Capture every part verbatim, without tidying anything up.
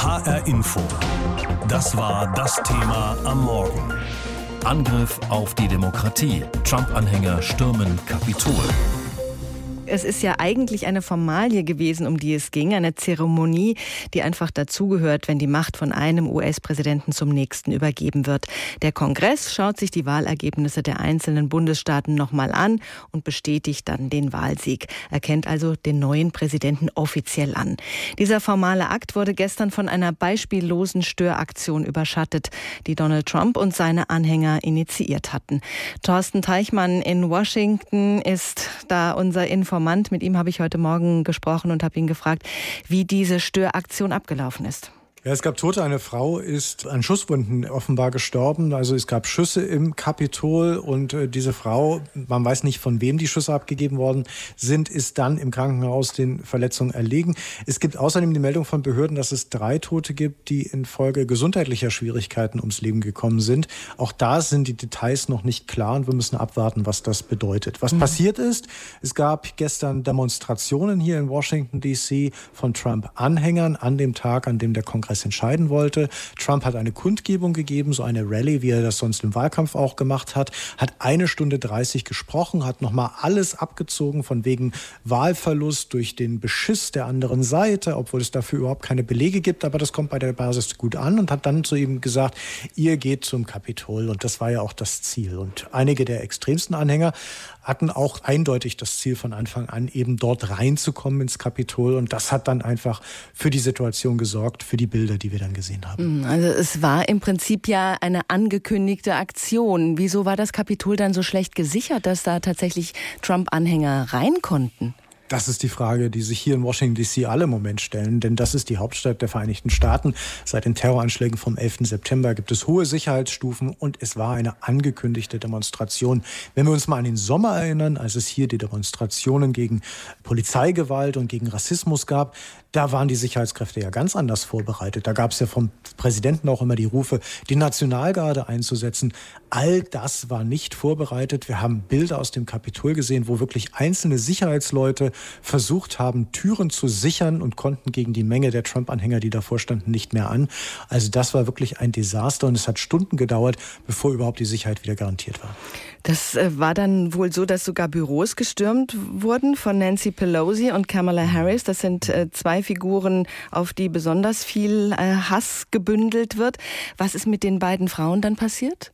H R Info. Das war das Thema am Morgen. Angriff auf die Demokratie. Trump-Anhänger stürmen Kapitol. Es ist ja eigentlich eine Formalie gewesen, um die es ging, eine Zeremonie, die einfach dazugehört, wenn die Macht von einem U S-Präsidenten zum nächsten übergeben wird. Der Kongress schaut sich die Wahlergebnisse der einzelnen Bundesstaaten nochmal an und bestätigt dann den Wahlsieg, erkennt also den neuen Präsidenten offiziell an. Dieser formale Akt wurde gestern von einer beispiellosen Störaktion überschattet, die Donald Trump und seine Anhänger initiiert hatten. Thorsten Teichmann in Washington ist da unser Informationsmann. Mit ihm habe ich heute Morgen gesprochen und habe ihn gefragt, wie diese Störaktion abgelaufen ist. Ja, es gab Tote. Eine Frau ist an Schusswunden offenbar gestorben. Also es gab Schüsse im Kapitol und äh, diese Frau, man weiß nicht, von wem die Schüsse abgegeben worden sind, ist dann im Krankenhaus den Verletzungen erlegen. Es gibt außerdem die Meldung von Behörden, dass es drei Tote gibt, die infolge gesundheitlicher Schwierigkeiten ums Leben gekommen sind. Auch da sind die Details noch nicht klar und wir müssen abwarten, was das bedeutet. Was mhm. passiert ist, es gab gestern Demonstrationen hier in Washington D C von Trump-Anhängern an dem Tag, an dem der Kongress entscheiden wollte. Trump hat eine Kundgebung gegeben, so eine Rallye, wie er das sonst im Wahlkampf auch gemacht hat, hat eine Stunde dreißig gesprochen, hat nochmal alles abgezogen von wegen Wahlverlust durch den Beschiss der anderen Seite, obwohl es dafür überhaupt keine Belege gibt, aber das kommt bei der Basis gut an und hat dann zu ihm gesagt, ihr geht zum Kapitol und das war ja auch das Ziel. Und einige der extremsten Anhänger hatten auch eindeutig das Ziel von Anfang an, eben dort reinzukommen ins Kapitol und das hat dann einfach für die Situation gesorgt, für die Bilder, die wir dann gesehen haben. Also es war im Prinzip ja eine angekündigte Aktion. Wieso war das Kapitol dann so schlecht gesichert, dass da tatsächlich Trump-Anhänger rein konnten? Das ist die Frage, die sich hier in Washington D C alle im Moment stellen, denn das ist die Hauptstadt der Vereinigten Staaten. Seit den Terroranschlägen vom elften September gibt es hohe Sicherheitsstufen und es war eine angekündigte Demonstration. Wenn wir uns mal an den Sommer erinnern, als es hier die Demonstrationen gegen Polizeigewalt und gegen Rassismus gab, da waren die Sicherheitskräfte ja ganz anders vorbereitet. Da gab es ja vom Präsidenten auch immer die Rufe, die Nationalgarde einzusetzen. All das war nicht vorbereitet. Wir haben Bilder aus dem Kapitol gesehen, wo wirklich einzelne Sicherheitsleute versucht haben, Türen zu sichern und konnten gegen die Menge der Trump-Anhänger, die davor standen, nicht mehr an. Also das war wirklich ein Desaster und es hat Stunden gedauert, bevor überhaupt die Sicherheit wieder garantiert war. Das war dann wohl so, dass sogar Büros gestürmt wurden von Nancy Pelosi und Kamala Harris. Das sind zwei Figuren, auf die besonders viel Hass gebündelt wird. Was ist mit den beiden Frauen dann passiert?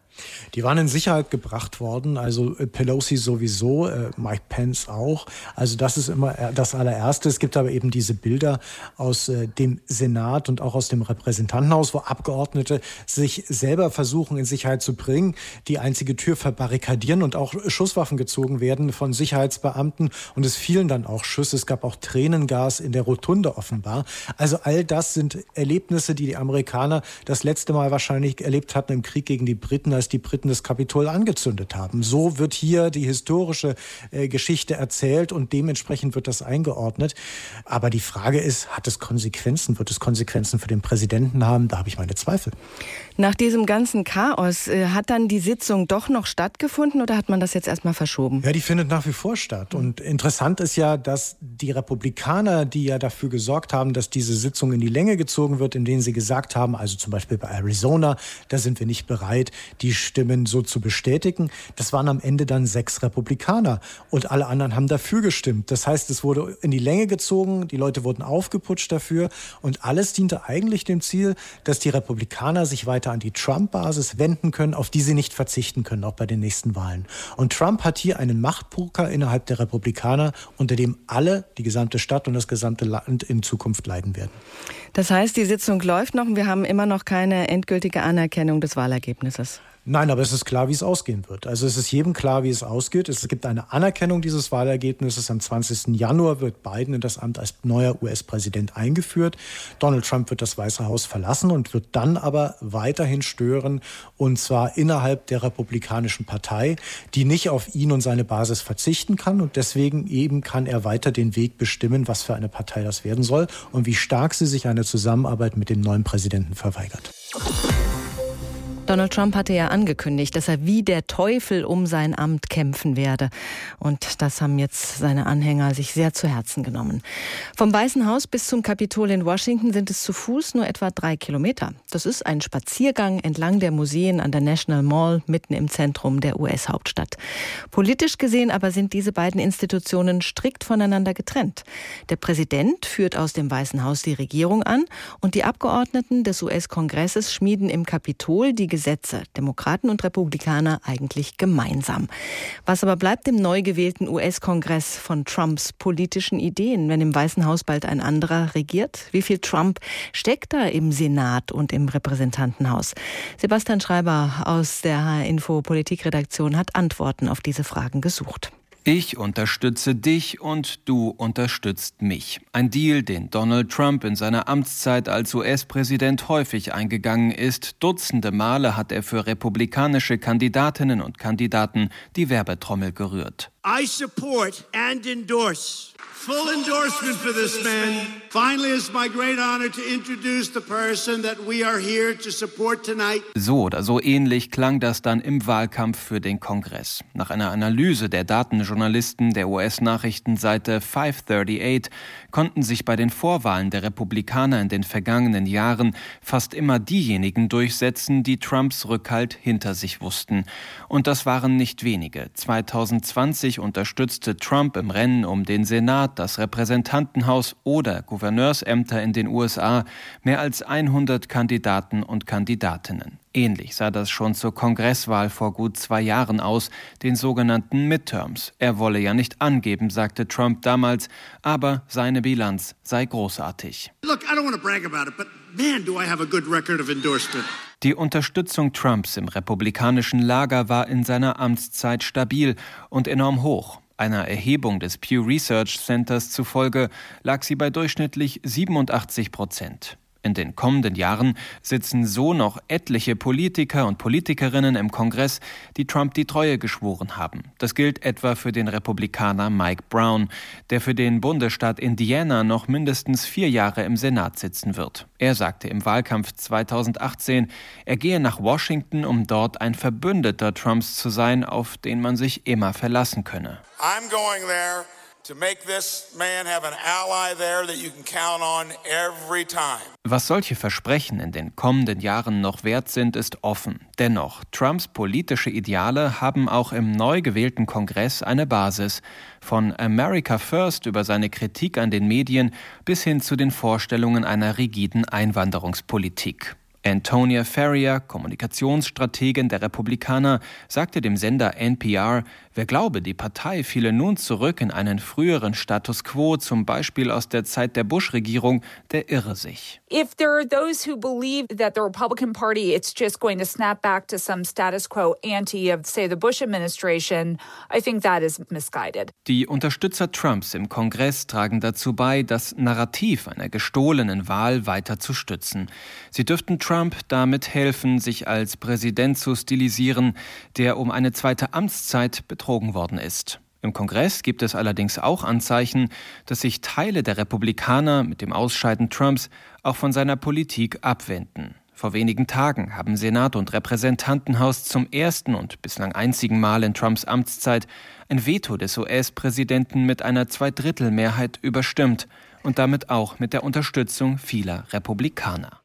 Die waren in Sicherheit gebracht worden, also Pelosi sowieso, äh, Mike Pence auch. Also das ist immer das allererste. Es gibt aber eben diese Bilder aus äh, dem Senat und auch aus dem Repräsentantenhaus, wo Abgeordnete sich selber versuchen in Sicherheit zu bringen, die einzige Tür verbarrikadieren und auch Schusswaffen gezogen werden von Sicherheitsbeamten und es fielen dann auch Schüsse. Es gab auch Tränengas in der Rotunde offenbar. Also all das sind Erlebnisse, die die Amerikaner das letzte Mal wahrscheinlich erlebt hatten im Krieg gegen die Briten, als die Briten das Kapitol angezündet haben. So wird hier die historische äh, Geschichte erzählt und dementsprechend wird das eingeordnet. Aber die Frage ist, hat es Konsequenzen? Wird es Konsequenzen für den Präsidenten haben? Da habe ich meine Zweifel. Nach diesem ganzen Chaos, äh, hat dann die Sitzung doch noch stattgefunden oder hat man das jetzt erstmal verschoben? Ja, die findet nach wie vor statt. Und interessant ist ja, dass die Republikaner, die ja dafür gesorgt haben, dass diese Sitzung in die Länge gezogen wird, in denen sie gesagt haben, also zum Beispiel bei Arizona, da sind wir nicht bereit, die Stimmen so zu bestätigen. Das waren am Ende dann sechs Republikaner und alle anderen haben dafür gestimmt. Das heißt, es wurde in die Länge gezogen, die Leute wurden aufgeputscht dafür und alles diente eigentlich dem Ziel, dass die Republikaner sich weiter an die Trump-Basis wenden können, auf die sie nicht verzichten können, auch bei den nächsten Wahlen. Und Trump hat hier einen Machtpoker innerhalb der Republikaner, unter dem alle, die gesamte Stadt und das gesamte Land in Zukunft leiden werden. Das heißt, die Sitzung läuft noch und wir haben immer noch keine endgültige Anerkennung des Wahlergebnisses. Nein, aber es ist klar, wie es ausgehen wird. Also es ist jedem klar, wie es ausgeht. Es gibt eine Anerkennung dieses Wahlergebnisses. Am zwanzigsten Januar wird Biden in das Amt als neuer U S-Präsident eingeführt. Donald Trump wird das Weiße Haus verlassen und wird dann aber weiterhin stören, und zwar innerhalb der Republikanischen Partei, die nicht auf ihn und seine Basis verzichten kann. Und deswegen eben kann er weiter den Weg bestimmen, was für eine Partei das werden soll und wie stark sie sich einer Zusammenarbeit mit dem neuen Präsidenten verweigert. Donald Trump hatte ja angekündigt, dass er wie der Teufel um sein Amt kämpfen werde. Und das haben jetzt seine Anhänger sich sehr zu Herzen genommen. Vom Weißen Haus bis zum Kapitol in Washington sind es zu Fuß nur etwa drei Kilometer. Das ist ein Spaziergang entlang der Museen an der National Mall mitten im Zentrum der U S-Hauptstadt. Politisch gesehen aber sind diese beiden Institutionen strikt voneinander getrennt. Der Präsident führt aus dem Weißen Haus die Regierung an und die Abgeordneten des U S-Kongresses schmieden im Kapitol die Gesetze, Demokraten und Republikaner eigentlich gemeinsam. Was aber bleibt im neu gewählten U S-Kongress von Trumps politischen Ideen, wenn im Weißen Haus bald ein anderer regiert? Wie viel Trump steckt da im Senat und im Repräsentantenhaus? Sebastian Schreiber aus der H R-Info Politikredaktion hat Antworten auf diese Fragen gesucht. Ich unterstütze dich und du unterstützt mich. Ein Deal, den Donald Trump in seiner Amtszeit als U S-Präsident häufig eingegangen ist. Dutzende Male hat er für republikanische Kandidatinnen und Kandidaten die Werbetrommel gerührt. I support and endorse. Full endorsement for this man. Finally, it's my great honor to introduce the person that we are here to support tonight. So oder so ähnlich klang das dann im Wahlkampf für den Kongress. Nach einer Analyse der Datenjournalisten der U S-Nachrichtenseite fünf achtundachtzig konnten sich bei den Vorwahlen der Republikaner in den vergangenen Jahren fast immer diejenigen durchsetzen, die Trumps Rückhalt hinter sich wussten. Und das waren nicht wenige. zwanzig zwanzig unterstützte Trump im Rennen um den Senat, das Repräsentantenhaus oder Gouverneursämter in den U S A mehr als hundert Kandidaten und Kandidatinnen. Ähnlich sah das schon zur Kongresswahl vor gut zwei Jahren aus, den sogenannten Midterms. Er wolle ja nicht angeben, sagte Trump damals, aber seine Bilanz sei großartig. Look, I don't want to brag about it, but man, do I have a good record of endorsement. Die Unterstützung Trumps im republikanischen Lager war in seiner Amtszeit stabil und enorm hoch. Einer Erhebung des Pew Research Centers zufolge lag sie bei durchschnittlich siebenundachtzig Prozent. In den kommenden Jahren sitzen so noch etliche Politiker und Politikerinnen im Kongress, die Trump die Treue geschworen haben. Das gilt etwa für den Republikaner Mike Brown, der für den Bundesstaat Indiana noch mindestens vier Jahre im Senat sitzen wird. Er sagte im Wahlkampf zwanzig achtzehn, er gehe nach Washington, um dort ein Verbündeter Trumps zu sein, auf den man sich immer verlassen könne. I'm going there to make this man have an ally there that you can count on every time. Was solche Versprechen in den kommenden Jahren noch wert sind, ist offen. Dennoch, Trumps politische Ideale haben auch im neu gewählten Kongress eine Basis. Von America First über seine Kritik an den Medien bis hin zu den Vorstellungen einer rigiden Einwanderungspolitik. Antonia Ferrier, Kommunikationsstrategin der Republikaner, sagte dem Sender N P R, wer glaube, die Partei fiele nun zurück in einen früheren Status quo, zum Beispiel aus der Zeit der Bush-Regierung, der irre sich. If there are those who believe that the Republican Party it's just going to snap back to some status quo ante of, say, the Bush administration, I think that is misguided. Die Unterstützer Trumps im Kongress tragen dazu bei, das Narrativ einer gestohlenen Wahl weiter zu stützen. Sie dürften Trump damit helfen, sich als Präsident zu stilisieren, der um eine zweite Amtszeit betrogen worden ist. Im Kongress gibt es allerdings auch Anzeichen, dass sich Teile der Republikaner mit dem Ausscheiden Trumps auch von seiner Politik abwenden. Vor wenigen Tagen haben Senat und Repräsentantenhaus zum ersten und bislang einzigen Mal in Trumps Amtszeit ein Veto des U S-Präsidenten mit einer Zweidrittelmehrheit überstimmt und damit auch mit der Unterstützung vieler Republikaner.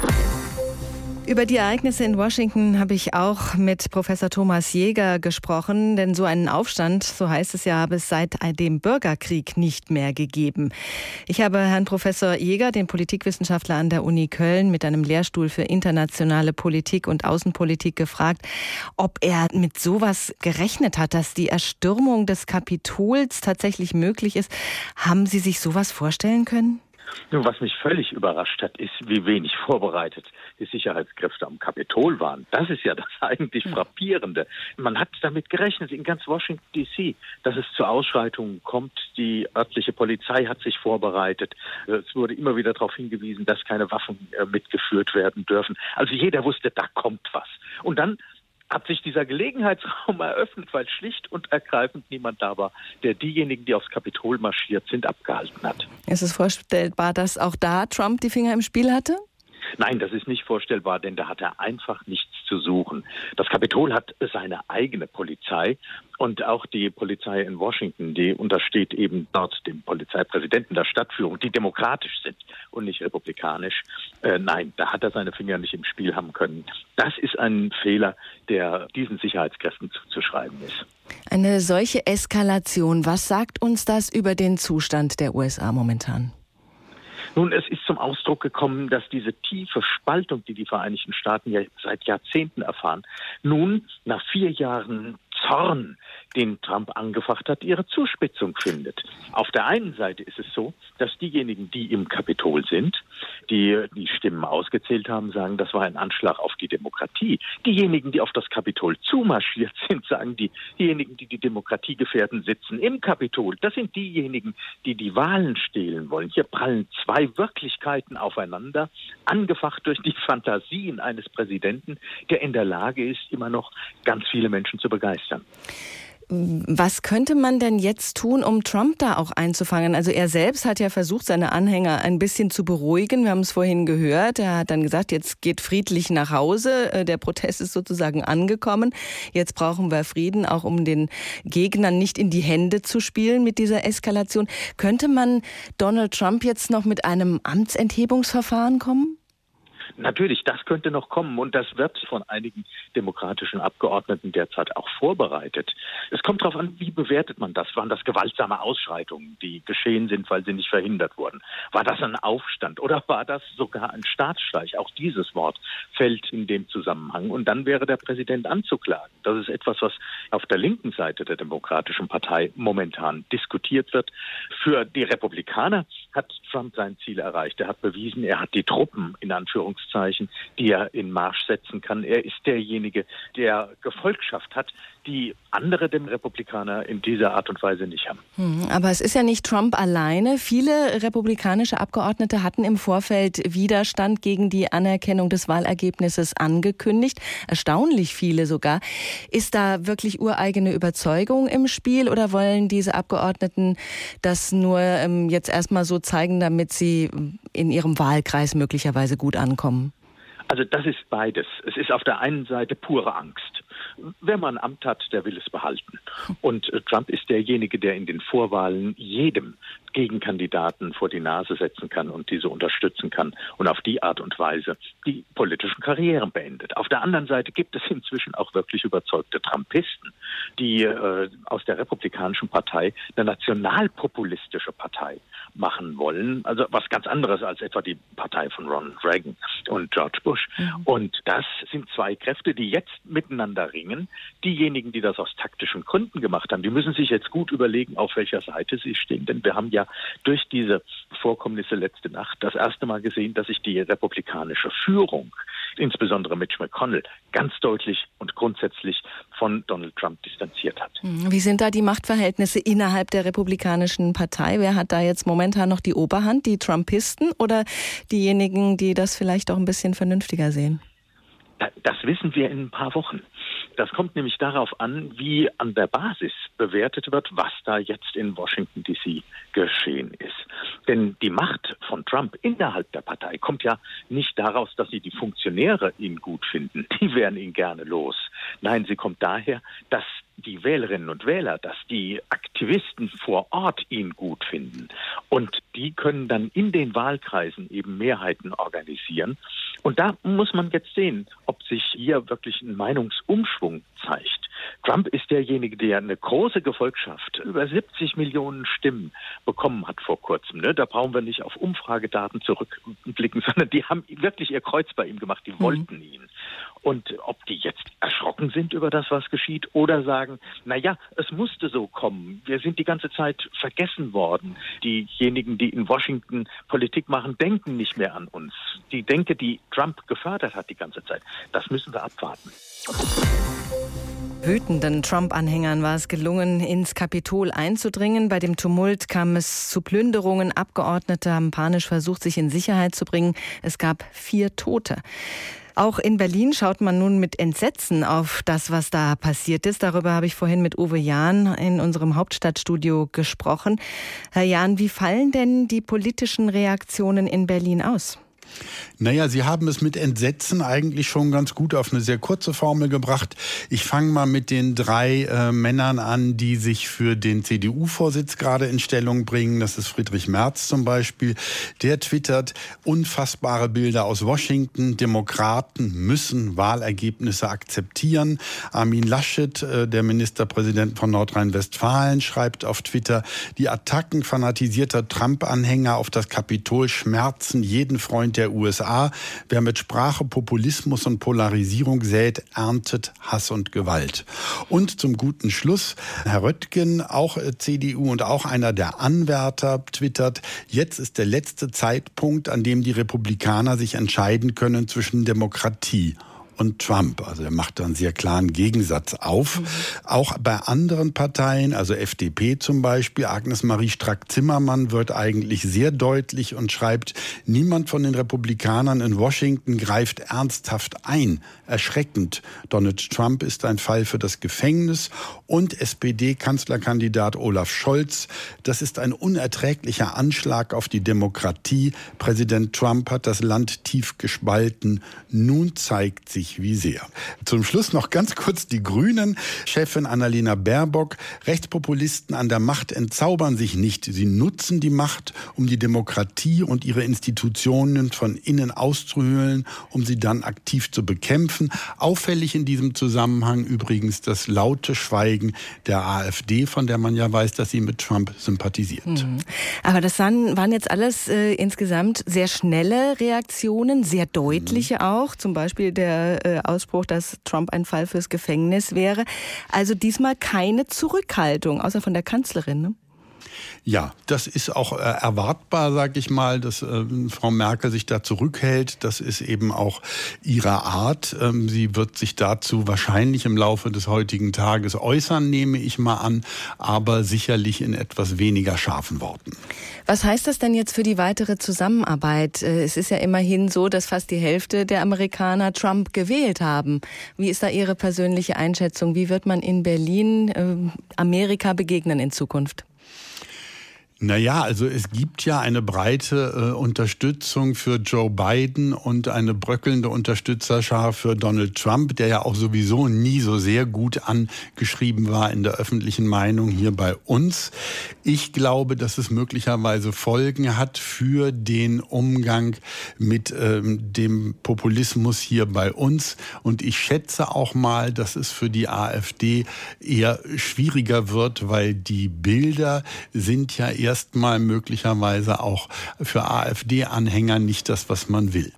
Über die Ereignisse in Washington habe ich auch mit Professor Thomas Jäger gesprochen, denn so einen Aufstand, so heißt es ja, habe es seit dem Bürgerkrieg nicht mehr gegeben. Ich habe Herrn Professor Jäger, den Politikwissenschaftler an der Uni Köln mit einem Lehrstuhl für internationale Politik und Außenpolitik, gefragt, ob er mit sowas gerechnet hat, dass die Erstürmung des Kapitols tatsächlich möglich ist. Haben Sie sich sowas vorstellen können? Nun, was mich völlig überrascht hat, ist, wie wenig vorbereitet die Sicherheitskräfte am Kapitol waren. Das ist ja das eigentlich Frappierende. Man hat damit gerechnet in ganz Washington D C, dass es zu Ausschreitungen kommt. Die örtliche Polizei hat sich vorbereitet. Es wurde immer wieder darauf hingewiesen, dass keine Waffen mitgeführt werden dürfen. Also jeder wusste, da kommt was. Und dann hat sich dieser Gelegenheitsraum eröffnet, weil schlicht und ergreifend niemand da war, der diejenigen, die aufs Kapitol marschiert sind, abgehalten hat. Ist es vorstellbar, dass auch da Trump die Finger im Spiel hatte? Nein, das ist nicht vorstellbar, denn da hat er einfach nichts zu zu suchen. Das Kapitol hat seine eigene Polizei und auch die Polizei in Washington, die untersteht eben dort dem Polizeipräsidenten der Stadtführung, die demokratisch sind und nicht republikanisch. Äh, nein, da hat er seine Finger nicht im Spiel haben können. Das ist ein Fehler, der diesen Sicherheitskräften zuzuschreiben ist. Eine solche Eskalation, was sagt uns das über den Zustand der U S A momentan? Nun, es ist zum Ausdruck gekommen, dass diese tiefe Spaltung, die die Vereinigten Staaten ja seit Jahrzehnten erfahren, nun nach vier Jahren Zorn, den Trump angefacht hat, ihre Zuspitzung findet. Auf der einen Seite ist es so, dass diejenigen, die im Kapitol sind, die die Stimmen ausgezählt haben, sagen, das war ein Anschlag auf die Demokratie. Diejenigen, die auf das Kapitol zumarschiert sind, sagen, die, diejenigen, die die Demokratie gefährden, sitzen im Kapitol. Das sind diejenigen, die die Wahlen stehlen wollen. Hier prallen zwei Wirklichkeiten aufeinander, angefacht durch die Fantasien eines Präsidenten, der in der Lage ist, immer noch ganz viele Menschen zu begeistern. Was könnte man denn jetzt tun, um Trump da auch einzufangen? Also er selbst hat ja versucht, seine Anhänger ein bisschen zu beruhigen. Wir haben es vorhin gehört. Er hat dann gesagt, jetzt geht friedlich nach Hause. Der Protest ist sozusagen angekommen. Jetzt brauchen wir Frieden, auch um den Gegnern nicht in die Hände zu spielen mit dieser Eskalation. Könnte man Donald Trump jetzt noch mit einem Amtsenthebungsverfahren kommen? Natürlich, das könnte noch kommen und das wird von einigen demokratischen Abgeordneten derzeit auch vorbereitet. Es kommt darauf an, wie bewertet man das? Waren das gewaltsame Ausschreitungen, die geschehen sind, weil sie nicht verhindert wurden? War das ein Aufstand oder war das sogar ein Staatsstreich? Auch dieses Wort fällt in dem Zusammenhang und dann wäre der Präsident anzuklagen. Das ist etwas, was auf der linken Seite der Demokratischen Partei momentan diskutiert wird. Für die Republikaner hat Trump sein Ziel erreicht. Er hat bewiesen, er hat die Truppen in Anführungszeichen, die er in Marsch setzen kann. Er ist derjenige, der Gefolgschaft hat, die andere dem Republikaner in dieser Art und Weise nicht haben. Hm, aber es ist ja nicht Trump alleine. Viele republikanische Abgeordnete hatten im Vorfeld Widerstand gegen die Anerkennung des Wahlergebnisses angekündigt. Erstaunlich viele sogar. Ist da wirklich ureigene Überzeugung im Spiel oder wollen diese Abgeordneten das nur ähm, jetzt erstmal so zeigen, damit sie in ihrem Wahlkreis möglicherweise gut ankommen? Also das ist beides. Es ist auf der einen Seite pure Angst. Wer man ein Amt hat, der will es behalten. Und Trump ist derjenige, der in den Vorwahlen jedem Gegenkandidaten vor die Nase setzen kann und diese unterstützen kann und auf die Art und Weise die politischen Karrieren beendet. Auf der anderen Seite gibt es inzwischen auch wirklich überzeugte Trumpisten, die äh, aus der Republikanischen Partei eine nationalpopulistische Partei machen wollen. Also was ganz anderes als etwa die Partei von Ronald Reagan und George Bush. Mhm. Und das sind zwei Kräfte, die jetzt miteinander ringen. Diejenigen, die das aus taktischen Gründen gemacht haben, die müssen sich jetzt gut überlegen, auf welcher Seite sie stehen. Denn wir haben ja durch diese Vorkommnisse letzte Nacht das erste Mal gesehen, dass sich die republikanische Führung, insbesondere Mitch McConnell, ganz deutlich und grundsätzlich von Donald Trump distanziert hat. Wie sind da die Machtverhältnisse innerhalb der Republikanischen Partei? Wer hat da jetzt momentan noch die Oberhand? Die Trumpisten oder diejenigen, die das vielleicht auch ein bisschen vernünftiger sehen? Das wissen wir in ein paar Wochen. Das kommt nämlich darauf an, wie an der Basis bewertet wird, was da jetzt in Washington D C geschehen ist. Denn die Macht von Trump innerhalb der Partei kommt ja nicht daraus, dass sie die Funktionäre ihn gut finden. Die wären ihn gerne los. Nein, sie kommt daher, dass die Wählerinnen und Wähler, dass die Aktivisten vor Ort ihn gut finden. Und die können dann in den Wahlkreisen eben Mehrheiten organisieren. Und da muss man jetzt sehen, ob sich hier wirklich ein Meinungsumschwung zeigt. Trump ist derjenige, der eine große Gefolgschaft, über siebzig Millionen Stimmen bekommen hat vor kurzem. Ne? Da brauchen wir nicht auf Umfragedaten zurückblicken, sondern die haben wirklich ihr Kreuz bei ihm gemacht, die mhm. wollten ihn. Und ob die jetzt erschrocken sind über das, was geschieht, oder sagen, na ja, es musste so kommen. Wir sind die ganze Zeit vergessen worden. Diejenigen, die in Washington Politik machen, denken nicht mehr an uns. Die Denke, die Trump gefördert hat die ganze Zeit, das müssen wir abwarten. Wütenden Trump-Anhängern war es gelungen, ins Kapitol einzudringen. Bei dem Tumult kam es zu Plünderungen. Abgeordnete haben panisch versucht, sich in Sicherheit zu bringen. Es gab vier Tote. Auch in Berlin schaut man nun mit Entsetzen auf das, was da passiert ist. Darüber habe ich vorhin mit Uwe Jahn in unserem Hauptstadtstudio gesprochen. Herr Jahn, wie fallen denn die politischen Reaktionen in Berlin aus? Naja, Sie haben es mit Entsetzen eigentlich schon ganz gut auf eine sehr kurze Formel gebracht. Ich fange mal mit den drei äh, Männern an, die sich für den C D U-Vorsitz gerade in Stellung bringen. Das ist Friedrich Merz zum Beispiel. Der twittert unfassbare Bilder aus Washington. Demokraten müssen Wahlergebnisse akzeptieren. Armin Laschet, äh, der Ministerpräsident von Nordrhein-Westfalen, schreibt auf Twitter, die Attacken fanatisierter Trump-Anhänger auf das Kapitol schmerzen jeden Freund der U S A. Wer mit Sprache Populismus und Polarisierung sät, erntet Hass und Gewalt. Und zum guten Schluss, Herr Röttgen, auch C D U und auch einer der Anwärter, twittert, jetzt ist der letzte Zeitpunkt, an dem die Republikaner sich entscheiden können zwischen Demokratie und Trump. Also er macht da einen sehr klaren Gegensatz auf. Mhm. Auch bei anderen Parteien, also F D P zum Beispiel, Agnes-Marie Strack-Zimmermann wird eigentlich sehr deutlich und schreibt, niemand von den Republikanern in Washington greift ernsthaft ein. Erschreckend. Donald Trump ist ein Fall für das Gefängnis. Und S P D-Kanzlerkandidat Olaf Scholz, das ist ein unerträglicher Anschlag auf die Demokratie. Präsident Trump hat das Land tief gespalten. Nun zeigt sich, wie sehr. Zum Schluss noch ganz kurz die Grünen. Chefin Annalena Baerbock. Rechtspopulisten an der Macht entzaubern sich nicht. Sie nutzen die Macht, um die Demokratie und ihre Institutionen von innen auszuhöhlen, um sie dann aktiv zu bekämpfen. Auffällig in diesem Zusammenhang übrigens das laute Schweigen der AfD, von der man ja weiß, dass sie mit Trump sympathisiert. Mhm. Aber das waren, waren jetzt alles äh, insgesamt sehr schnelle Reaktionen, sehr deutliche mhm. auch. Zum Beispiel der Ausspruch, dass Trump ein Fall fürs Gefängnis wäre. Also diesmal keine Zurückhaltung, außer von der Kanzlerin, ne? Ja, das ist auch äh, erwartbar, sag ich mal, dass äh, Frau Merkel sich da zurückhält. Das ist eben auch ihre Art. Ähm, sie wird sich dazu wahrscheinlich im Laufe des heutigen Tages äußern, nehme ich mal an, aber sicherlich in etwas weniger scharfen Worten. Was heißt das denn jetzt für die weitere Zusammenarbeit? Es ist ja immerhin so, dass fast die Hälfte der Amerikaner Trump gewählt haben. Wie ist da Ihre persönliche Einschätzung? Wie wird man in Berlin äh, Amerika begegnen in Zukunft? Naja, also es gibt ja eine breite äh, Unterstützung für Joe Biden und eine bröckelnde Unterstützerschar für Donald Trump, der ja auch sowieso nie so sehr gut angeschrieben war in der öffentlichen Meinung hier bei uns. Ich glaube, dass es möglicherweise Folgen hat für den Umgang mit ähm, dem Populismus hier bei uns. Und ich schätze auch mal, dass es für die AfD eher schwieriger wird, weil die Bilder sind ja eher erstmal möglicherweise auch für AfD-Anhänger nicht das, was man will.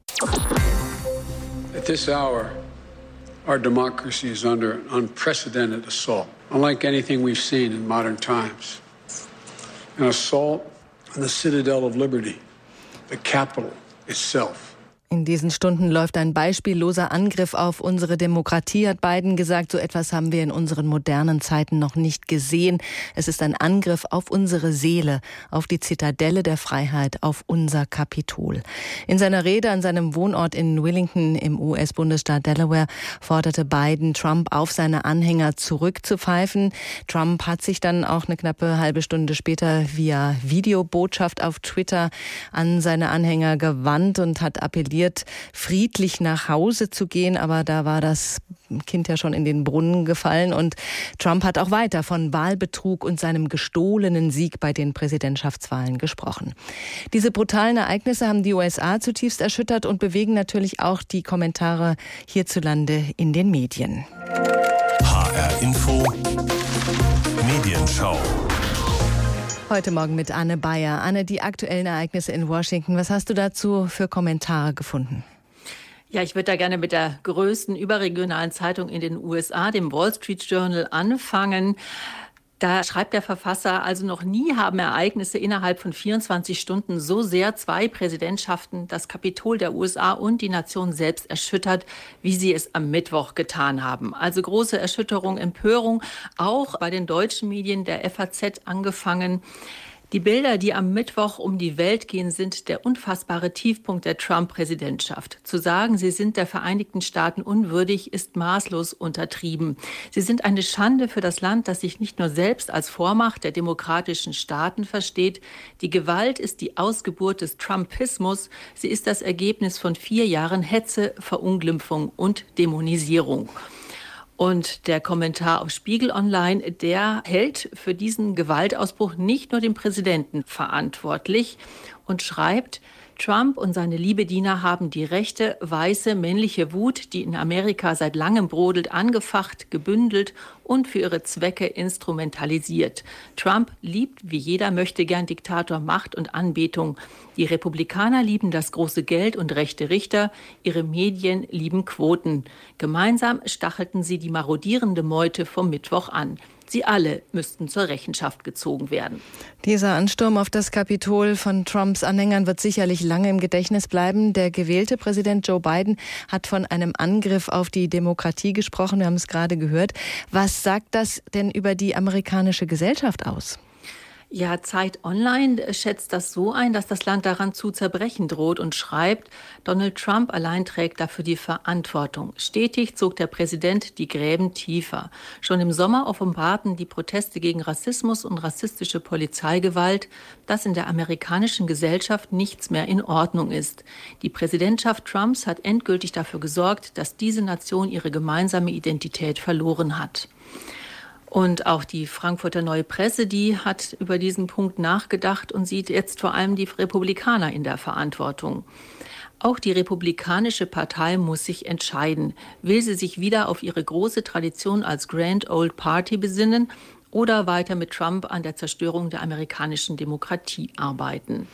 At this hour, our democracy is under an unprecedented assault, unlike anything we've seen in modern times. An assault on the citadel of liberty, the Capitol itself. In diesen Stunden läuft ein beispielloser Angriff auf unsere Demokratie, hat Biden gesagt. So etwas haben wir in unseren modernen Zeiten noch nicht gesehen. Es ist ein Angriff auf unsere Seele, auf die Zitadelle der Freiheit, auf unser Kapitol. In seiner Rede an seinem Wohnort in Willington im U S-Bundesstaat Delaware forderte Biden, Trump auf seine Anhänger zurückzupfeifen. Trump hat sich dann auch eine knappe halbe Stunde später via Videobotschaft auf Twitter an seine Anhänger gewandt und hat appelliert, friedlich nach Hause zu gehen, aber da war das Kind ja schon in den Brunnen gefallen und Trump hat auch weiter von Wahlbetrug und seinem gestohlenen Sieg bei den Präsidentschaftswahlen gesprochen. Diese brutalen Ereignisse haben die U S A zutiefst erschüttert und bewegen natürlich auch die Kommentare hierzulande in den Medien. H R Info Medienschau. Heute Morgen mit Anne Bayer. Anne, die aktuellen Ereignisse in Washington, was hast du dazu für Kommentare gefunden? Ja, ich würde da gerne mit der größten überregionalen Zeitung in den U S A, dem Wall Street Journal, anfangen. Da schreibt der Verfasser, also noch nie haben Ereignisse innerhalb von vierundzwanzig Stunden so sehr zwei Präsidentschaften, das Kapitol der U S A und die Nation selbst erschüttert, wie sie es am Mittwoch getan haben. Also große Erschütterung, Empörung, auch bei den deutschen Medien, der F A Z angefangen. Die Bilder, die am Mittwoch um die Welt gehen, sind der unfassbare Tiefpunkt der Trump-Präsidentschaft. Zu sagen, sie sind der Vereinigten Staaten unwürdig, ist maßlos untertrieben. Sie sind eine Schande für das Land, das sich nicht nur selbst als Vormacht der demokratischen Staaten versteht. Die Gewalt ist die Ausgeburt des Trumpismus. Sie ist das Ergebnis von vier Jahren Hetze, Verunglimpfung und Dämonisierung. Und der Kommentar auf Spiegel Online, der hält für diesen Gewaltausbruch nicht nur den Präsidenten verantwortlich und schreibt, Trump und seine Liebediener haben die rechte, weiße, männliche Wut, die in Amerika seit langem brodelt, angefacht, gebündelt und für ihre Zwecke instrumentalisiert. Trump liebt, wie jeder möchtegern Diktator, Macht und Anbetung. Die Republikaner lieben das große Geld und rechte Richter. Ihre Medien lieben Quoten. Gemeinsam stachelten sie die marodierende Meute vom Mittwoch an. Sie alle müssten zur Rechenschaft gezogen werden. Dieser Ansturm auf das Kapitol von Trumps Anhängern wird sicherlich lange im Gedächtnis bleiben. Der gewählte Präsident Joe Biden hat von einem Angriff auf die Demokratie gesprochen. Wir haben es gerade gehört. Was sagt das denn über die amerikanische Gesellschaft aus? Ja, Zeit Online schätzt das so ein, dass das Land daran zu zerbrechen droht und schreibt, Donald Trump allein trägt dafür die Verantwortung. Stetig zog der Präsident die Gräben tiefer. Schon im Sommer offenbarten die Proteste gegen Rassismus und rassistische Polizeigewalt, dass in der amerikanischen Gesellschaft nichts mehr in Ordnung ist. Die Präsidentschaft Trumps hat endgültig dafür gesorgt, dass diese Nation ihre gemeinsame Identität verloren hat. Und auch die Frankfurter Neue Presse, die hat über diesen Punkt nachgedacht und sieht jetzt vor allem die Republikaner in der Verantwortung. Auch die Republikanische Partei muss sich entscheiden. Will sie sich wieder auf ihre große Tradition als Grand Old Party besinnen oder weiter mit Trump an der Zerstörung der amerikanischen Demokratie arbeiten?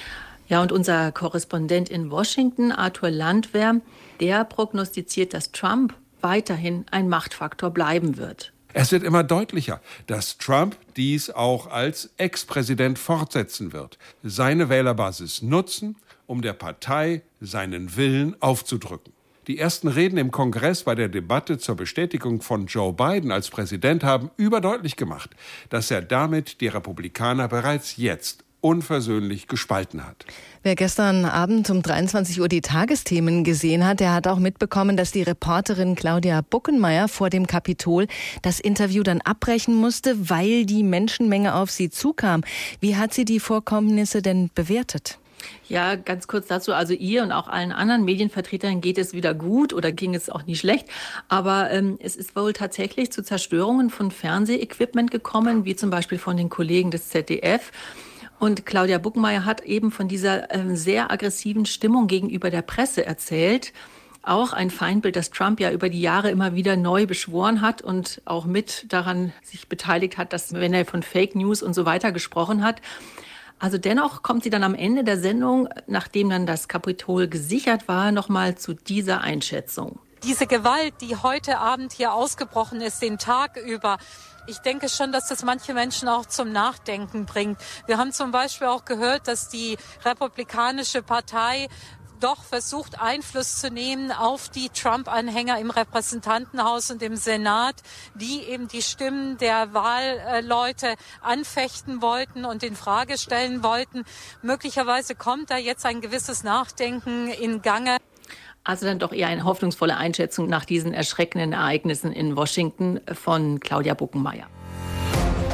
Ja, und unser Korrespondent in Washington, Arthur Landwehr, der prognostiziert, dass Trump weiterhin ein Machtfaktor bleiben wird. Es wird immer deutlicher, dass Trump dies auch als Ex-Präsident fortsetzen wird. Seine Wählerbasis nutzen, um der Partei seinen Willen aufzudrücken. Die ersten Reden im Kongress bei der Debatte zur Bestätigung von Joe Biden als Präsident haben überdeutlich gemacht, dass er damit die Republikaner bereits jetzt unversöhnlich gespalten hat. Wer gestern Abend um dreiundzwanzig Uhr die Tagesthemen gesehen hat, der hat auch mitbekommen, dass die Reporterin Claudia Buckenmeier vor dem Kapitol das Interview dann abbrechen musste, weil die Menschenmenge auf sie zukam. Wie hat sie die Vorkommnisse denn bewertet? Ja, ganz kurz dazu. Also ihr und auch allen anderen Medienvertretern geht es wieder gut oder ging es auch nicht schlecht. Aber ähm, es ist wohl tatsächlich zu Zerstörungen von Fernsehequipment gekommen, wie zum Beispiel von den Kollegen des Z D F. Und Claudia Buckenmeier hat eben von dieser äh, sehr aggressiven Stimmung gegenüber der Presse erzählt. Auch ein Feindbild, das Trump ja über die Jahre immer wieder neu beschworen hat und auch mit daran sich beteiligt hat, dass, wenn er von Fake News und so weiter gesprochen hat. Also dennoch kommt sie dann am Ende der Sendung, nachdem dann das Kapitol gesichert war, nochmal zu dieser Einschätzung. Diese Gewalt, die heute Abend hier ausgebrochen ist, den Tag über, ich denke schon, dass das manche Menschen auch zum Nachdenken bringt. Wir haben zum Beispiel auch gehört, dass die Republikanische Partei doch versucht, Einfluss zu nehmen auf die Trump-Anhänger im Repräsentantenhaus und im Senat, die eben die Stimmen der Wahlleute anfechten wollten und in Frage stellen wollten. Möglicherweise kommt da jetzt ein gewisses Nachdenken in Gange. Also dann doch eher eine hoffnungsvolle Einschätzung nach diesen erschreckenden Ereignissen in Washington von Claudia Buckenmeier.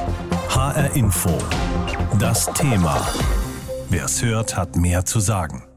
H R Info. Das Thema. Wer es hört, hat mehr zu sagen.